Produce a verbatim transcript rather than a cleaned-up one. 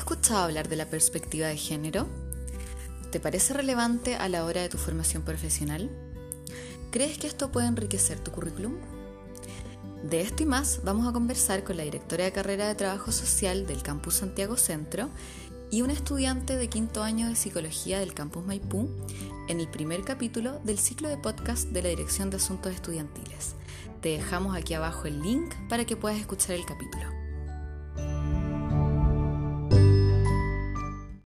escuchado hablar de la perspectiva de género? ¿Te parece relevante a la hora de tu formación profesional? ¿Crees que esto puede enriquecer tu currículum? De esto y más vamos a conversar con la directora de carrera de Trabajo Social del Campus Santiago Centro y un estudiante de quinto año de Psicología del Campus Maipú en el primer capítulo del ciclo de podcast de la Dirección de Asuntos Estudiantiles. Te dejamos aquí abajo el link para que puedas escuchar el capítulo.